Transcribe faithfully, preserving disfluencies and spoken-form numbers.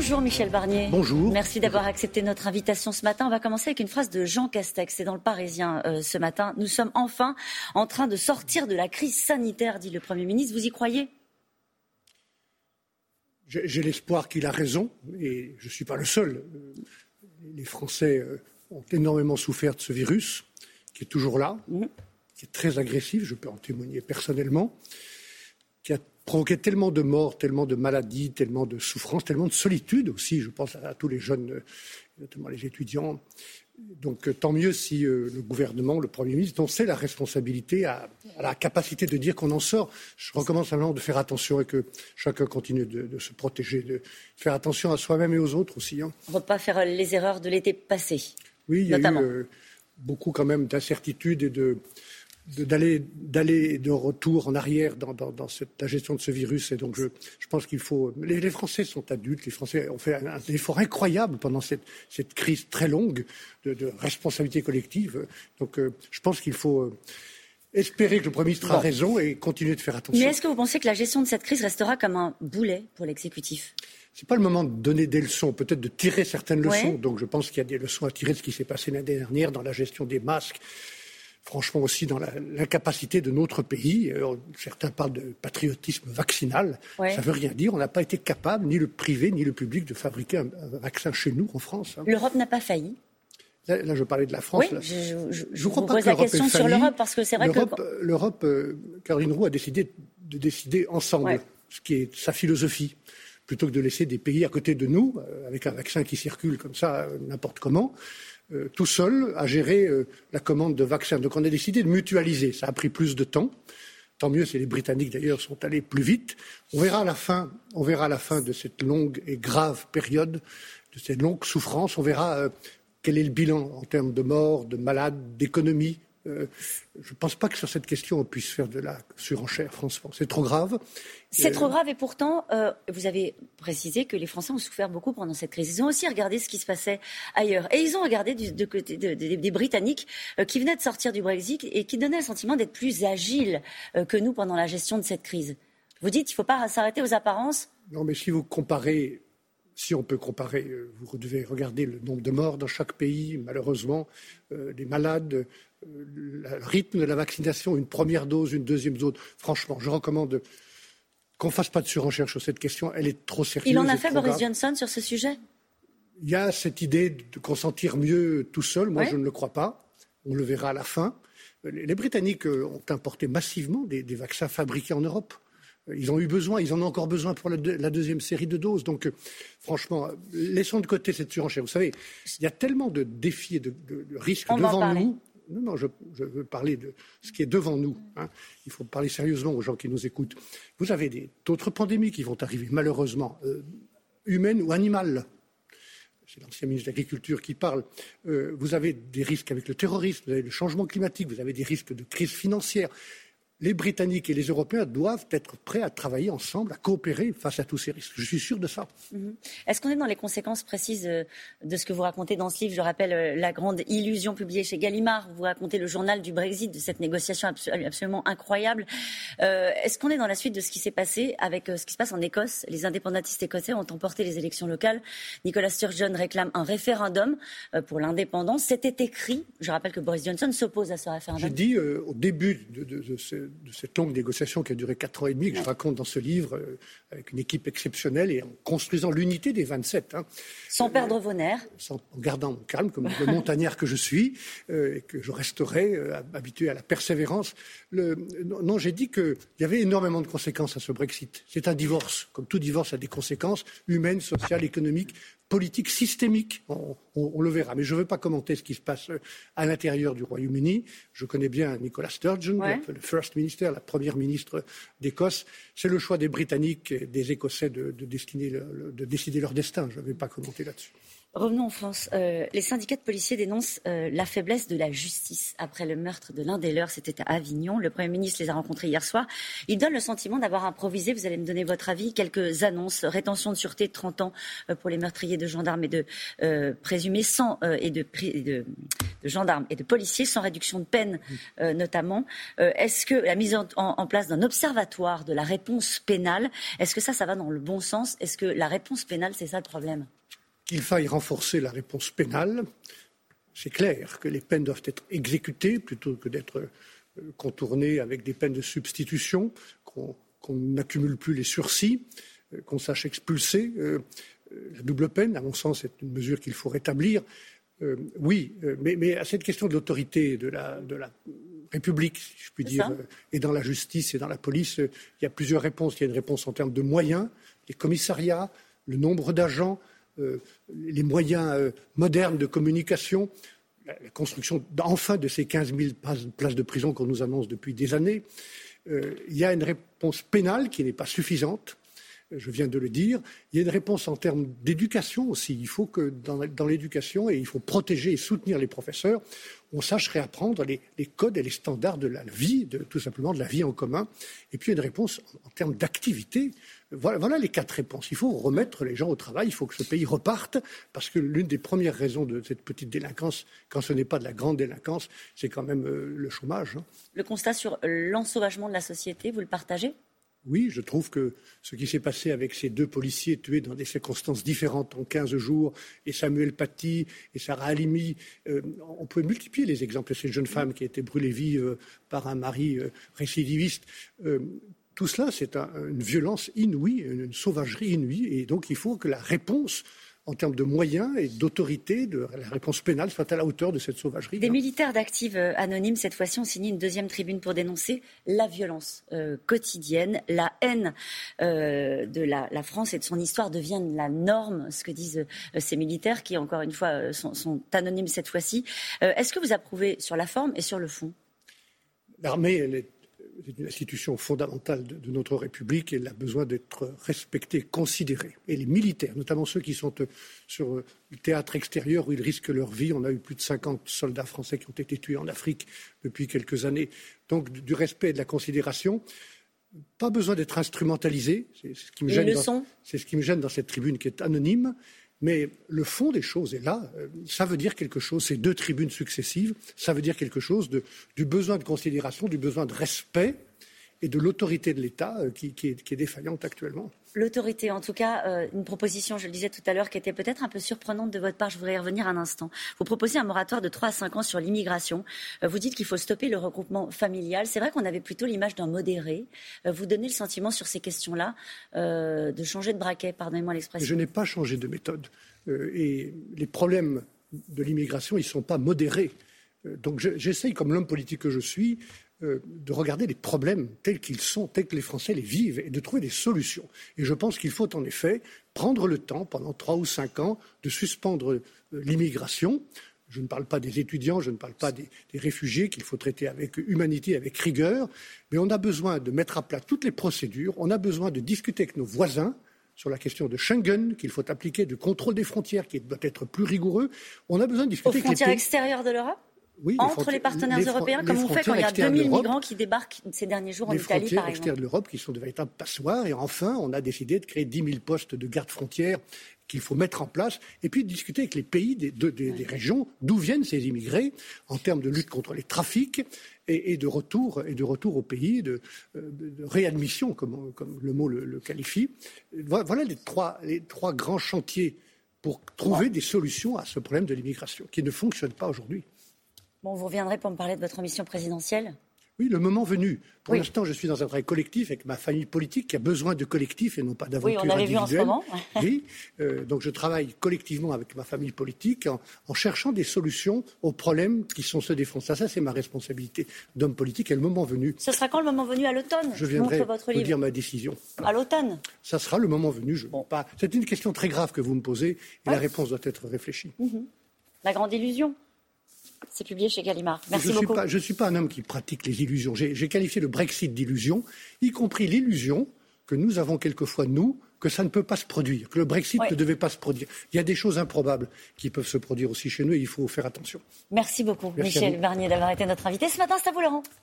Bonjour Michel Barnier. Bonjour. Merci d'avoir accepté notre invitation ce matin. On va commencer avec une phrase de Jean Castex. C'est dans le Parisien euh, ce matin. Nous sommes enfin en train de sortir de la crise sanitaire, dit le Premier ministre. Vous y croyez ? J'ai, j'ai l'espoir qu'il a raison, et je ne suis pas le seul. Les Français ont énormément souffert de ce virus, qui est toujours là, mmh. qui est très agressif, je peux en témoigner personnellement, qui a provoqué tellement de morts, tellement de maladies, tellement de souffrances, tellement de solitude aussi. Je pense à, à tous les jeunes, notamment les étudiants. Donc tant mieux si euh, le gouvernement, le Premier ministre, dont c'est la responsabilité, a, a la capacité de dire qu'on en sort. Je recommande simplement de faire attention et que chacun continue de, de se protéger, de faire attention à soi-même et aux autres aussi. Hein. On ne va pas faire les erreurs de l'été passé. Oui, il y notamment. a eu euh, beaucoup quand même d'incertitudes et de... De, d'aller, d'aller de retour en arrière dans, dans, dans cette, la gestion de ce virus. Et donc, je, je pense qu'il faut... Les, les Français sont adultes. Les Français ont fait un, un effort incroyable pendant cette, cette crise très longue de, de responsabilité collective. Donc, euh, je pense qu'il faut euh, espérer que le Premier ministre bon. a raison et continuer de faire attention. Mais est-ce que vous pensez que la gestion de cette crise restera comme un boulet pour l'exécutif ? C'est pas le moment de donner des leçons, peut-être de tirer certaines leçons. Ouais. Donc, je pense qu'il y a des leçons à tirer de ce qui s'est passé l'année dernière dans la gestion des masques. Franchement aussi dans la, l'incapacité de notre pays. Euh, certains parlent de patriotisme vaccinal. Ouais. Ça ne veut rien dire. On n'a pas été capable, ni le privé, ni le public, de fabriquer un, un vaccin chez nous, en France. Hein. L'Europe n'a pas failli. Là, là je parlais de la France. Oui, là. je, je, je, je crois vous pas pose que la l'Europe question sur l'Europe, parce que c'est vrai l'Europe, que... L'Europe, euh, Caroline Roux a décidé de décider ensemble, ouais. ce qui est sa philosophie, plutôt que de laisser des pays à côté de nous, euh, avec un vaccin qui circule comme ça, euh, n'importe comment. Euh, tout seul à gérer euh, la commande de vaccins. Donc on a décidé de mutualiser. Ça a pris plus de temps. Tant mieux si les Britanniques d'ailleurs sont allés plus vite. On verra à la fin, on verra à la fin de cette longue et grave période, de cette longue souffrance, on verra euh, quel est le bilan en termes de morts, de malades, d'économie. Euh, je ne pense pas que sur cette question on puisse faire de la surenchère, franchement. C'est trop grave. C'est euh... trop grave et pourtant, euh, vous avez précisé que les Français ont souffert beaucoup pendant cette crise. Ils ont aussi regardé ce qui se passait ailleurs. Et ils ont regardé du, de côté de, de, de, des Britanniques euh, qui venaient de sortir du Brexit et qui donnaient le sentiment d'être plus agiles euh, que nous pendant la gestion de cette crise. Vous dites qu'il ne faut pas s'arrêter aux apparences ? Non, mais si vous comparez... Si on peut comparer, vous devez regarder le nombre de morts dans chaque pays, malheureusement, euh, les malades, euh, le rythme de la vaccination, une première dose, une deuxième dose. Franchement, je recommande qu'on ne fasse pas de surenchère sur cette question. Elle est trop sérieuse. Il en a fait, Boris grave. Johnson, sur ce sujet ? Il y a cette idée de consentir mieux tout seul. Moi, ouais. je ne le crois pas. On le verra à la fin. Les Britanniques ont importé massivement des, des vaccins fabriqués en Europe. Ils ont eu besoin, ils en ont encore besoin pour la, deux, la deuxième série de doses. Donc, euh, franchement, laissons de côté cette surenchère. Vous savez, il y a tellement de défis et de, de, de risques On devant nous. Non, non, je, je veux parler de ce qui est devant nous. Hein. Il faut parler sérieusement aux gens qui nous écoutent. Vous avez des, d'autres pandémies qui vont arriver, malheureusement, euh, humaines ou animales. C'est l'ancien ministre de l'Agriculture qui parle. Euh, vous avez des risques avec le terrorisme, vous avez le changement climatique, vous avez des risques de crise financière. Les Britanniques et les Européens doivent être prêts à travailler ensemble, à coopérer face à tous ces risques. Je suis sûr de ça. Mmh. Est-ce qu'on est dans les conséquences précises de ce que vous racontez dans ce livre ? Je rappelle La Grande Illusion, publiée chez Gallimard. Vous racontez le journal du Brexit, de cette négociation absolument incroyable. Euh, est-ce qu'on est dans la suite de ce qui s'est passé avec ce qui se passe en Écosse ? Les indépendantistes écossais ont emporté les élections locales. Nicola Sturgeon réclame un référendum pour l'indépendance. C'était écrit. Je rappelle que Boris Johnson s'oppose à ce référendum. J'ai dit euh, au début de, de, de ce de cette longue négociation qui a duré quatre ans et demi, que je raconte dans ce livre, euh, avec une équipe exceptionnelle et en construisant l'unité des vingt-sept. Hein. Sans perdre euh, vos nerfs. Sans, en gardant mon calme, comme le montagnard que je suis, euh, et que je resterai euh, habitué à la persévérance. Le, non, j'ai dit qu'il y avait énormément de conséquences à ce Brexit. C'est un divorce. Comme tout divorce a des conséquences humaines, sociales, économiques, politique systémique, on, on, on le verra. Mais je ne veux pas commenter ce qui se passe à l'intérieur du Royaume-Uni. Je connais bien Nicola Sturgeon, ouais. le, le First Minister, la première ministre d'Écosse. C'est le choix des Britanniques et des Écossais de, de, destiner le, de décider leur destin. Je ne vais pas commenter là-dessus. Revenons en France. Euh, les syndicats de policiers dénoncent euh, la faiblesse de la justice après le meurtre de l'un des leurs. C'était à Avignon. Le Premier ministre les a rencontrés hier soir. Il donne le sentiment d'avoir improvisé, vous allez me donner votre avis, quelques annonces. Rétention de sûreté de trente ans euh, pour les meurtriers de gendarmes et de euh, présumés, sans, euh, et de, de, de de gendarmes et de policiers, sans réduction de peine euh, notamment. Euh, est-ce que la mise en, en, en place d'un observatoire de la réponse pénale, est-ce que ça, ça va dans le bon sens? Est-ce que la réponse pénale, c'est ça le problème? Qu'il faille renforcer la réponse pénale, c'est clair que les peines doivent être exécutées plutôt que d'être euh, contournées avec des peines de substitution, qu'on, qu'on n'accumule plus les sursis, euh, qu'on sache expulser. Euh, La double peine, à mon sens, c'est une mesure qu'il faut rétablir. Euh, oui, euh, mais, mais à cette question de l'autorité de la, de la République, si je puis c'est dire, ça. euh, et dans la justice et dans la police, euh, il y a plusieurs réponses. Il y a une réponse en termes de moyens, les commissariats, le nombre d'agents, euh, les moyens euh, modernes de communication, la, la construction enfin de ces quinze mille places de prison qu'on nous annonce depuis des années. Euh, il y a une réponse pénale qui n'est pas suffisante. Je viens de le dire. Il y a une réponse en termes d'éducation aussi. Il faut que dans, dans l'éducation, et il faut protéger et soutenir les professeurs, on sache réapprendre les, les codes et les standards de la vie, de, tout simplement de la vie en commun. Et puis une réponse en, en termes d'activité. Voilà, voilà les quatre réponses. Il faut remettre les gens au travail. Il faut que ce pays reparte, parce que l'une des premières raisons de cette petite délinquance, quand ce n'est pas de la grande délinquance, c'est quand même euh, le chômage. Hein. Le constat sur l'ensauvagement de la société, vous le partagez ? Oui, je trouve que ce qui s'est passé avec ces deux policiers tués dans des circonstances différentes en quinze jours, et Samuel Paty et Sarah Halimi, euh, on peut multiplier les exemples. Cette jeune femme qui a été brûlée vive euh, par un mari euh, récidiviste. Euh, tout cela, c'est un, une violence inouïe, une, une sauvagerie inouïe. Et donc, il faut que la réponse, en termes de moyens et d'autorité, de la réponse pénale soit à la hauteur de cette sauvagerie. Des militaires d'Active Anonyme, cette fois-ci, ont signé une deuxième tribune pour dénoncer la violence euh, quotidienne. La haine euh, de la, la France et de son histoire devient la norme, ce que disent euh, ces militaires qui, encore une fois, euh, sont, sont anonymes cette fois-ci. Euh, est-ce que vous approuvez sur la forme et sur le fond ? L'armée, elle est C'est une institution fondamentale de, de notre République et elle a besoin d'être respectée, considérée. Et les militaires, notamment ceux qui sont euh, sur euh, le théâtre extérieur où ils risquent leur vie, on a eu plus de cinquante soldats français qui ont été tués en Afrique depuis quelques années. Donc du respect et de la considération, pas besoin d'être instrumentalisé. C'est, c'est, ce qui me gêne dans, c'est ce qui me gêne dans cette tribune qui est anonyme. Mais le fond des choses est là, ça veut dire quelque chose, ces deux tribunes successives, ça veut dire quelque chose de, du besoin de considération, du besoin de respect et de l'autorité de l'État qui, qui, est, qui est défaillante actuellement. L'autorité, en tout cas, euh, une proposition, je le disais tout à l'heure, qui était peut-être un peu surprenante de votre part, je voudrais y revenir un instant. Vous proposez un moratoire de trois à cinq ans sur l'immigration. Euh, vous dites qu'il faut stopper le regroupement familial. C'est vrai qu'on avait plutôt l'image d'un modéré. Euh, vous donnez le sentiment sur ces questions-là euh, de changer de braquet, pardonnez-moi l'expression. Je n'ai pas changé de méthode. Euh, et les problèmes de l'immigration, ils ne sont pas modérés. Euh, donc je, j'essaye, comme l'homme politique que je suis, Euh, de regarder les problèmes tels qu'ils sont, tels que les Français les vivent et de trouver des solutions. Et je pense qu'il faut en effet prendre le temps, pendant trois ou cinq ans, de suspendre euh, l'immigration. Je ne parle pas des étudiants, je ne parle pas des, des réfugiés qu'il faut traiter avec humanité, avec rigueur, mais on a besoin de mettre à plat toutes les procédures, on a besoin de discuter avec nos voisins sur la question de Schengen, qu'il faut appliquer, de contrôle des frontières qui doit être plus rigoureux. On a besoin de discuter aux frontières avec les pays... extérieures de l'Europe ? Oui, entre les, les partenaires les européens, comme on fait quand il y a deux mille migrants qui débarquent ces derniers jours en les Italie, par exemple. Les frontières extérieures de l'Europe qui sont de véritables passoires. Et enfin, on a décidé de créer dix mille postes de garde-frontières qu'il faut mettre en place. Et puis de discuter avec les pays des, de, des, des régions d'où viennent ces immigrés en termes de lutte contre les trafics et, et, de, retour, et de retour au pays, de, de, de réadmission, comme, comme le mot le, le qualifie. Voilà les trois, les trois grands chantiers pour trouver des solutions à ce problème de l'immigration qui ne fonctionne pas aujourd'hui. Bon, vous reviendrez pour me parler de votre mission présidentielle ? Oui, le moment venu. Pour oui. l'instant, je suis dans un travail collectif avec ma famille politique qui a besoin de collectif et non pas d'aventure individuelle. Oui, on l'avait individuelle. vu en ce moment. Oui, euh, donc je travaille collectivement avec ma famille politique en, en cherchant des solutions aux problèmes qui sont ceux des Français. Ça, c'est ma responsabilité d'homme politique. Et le moment venu. Ce sera quand le moment venu ? À l'automne ? Je viendrai votre vous livre. dire ma décision. À l'automne ? Ça sera le moment venu. Je, bon. pas... C'est une question très grave que vous me posez et ouais. la réponse doit être réfléchie. Mmh. La grande illusion. C'est publié chez Gallimard. Merci je beaucoup. Suis pas, je ne suis pas un homme qui pratique les illusions. J'ai, j'ai qualifié le Brexit d'illusion, y compris l'illusion que nous avons quelquefois, nous, que ça ne peut pas se produire, que le Brexit ouais. ne devait pas se produire. Il y a des choses improbables qui peuvent se produire aussi chez nous et il faut faire attention. Merci beaucoup, Merci Michel Barnier, d'avoir été notre invité. Ce matin, c'est à vous, Laurent.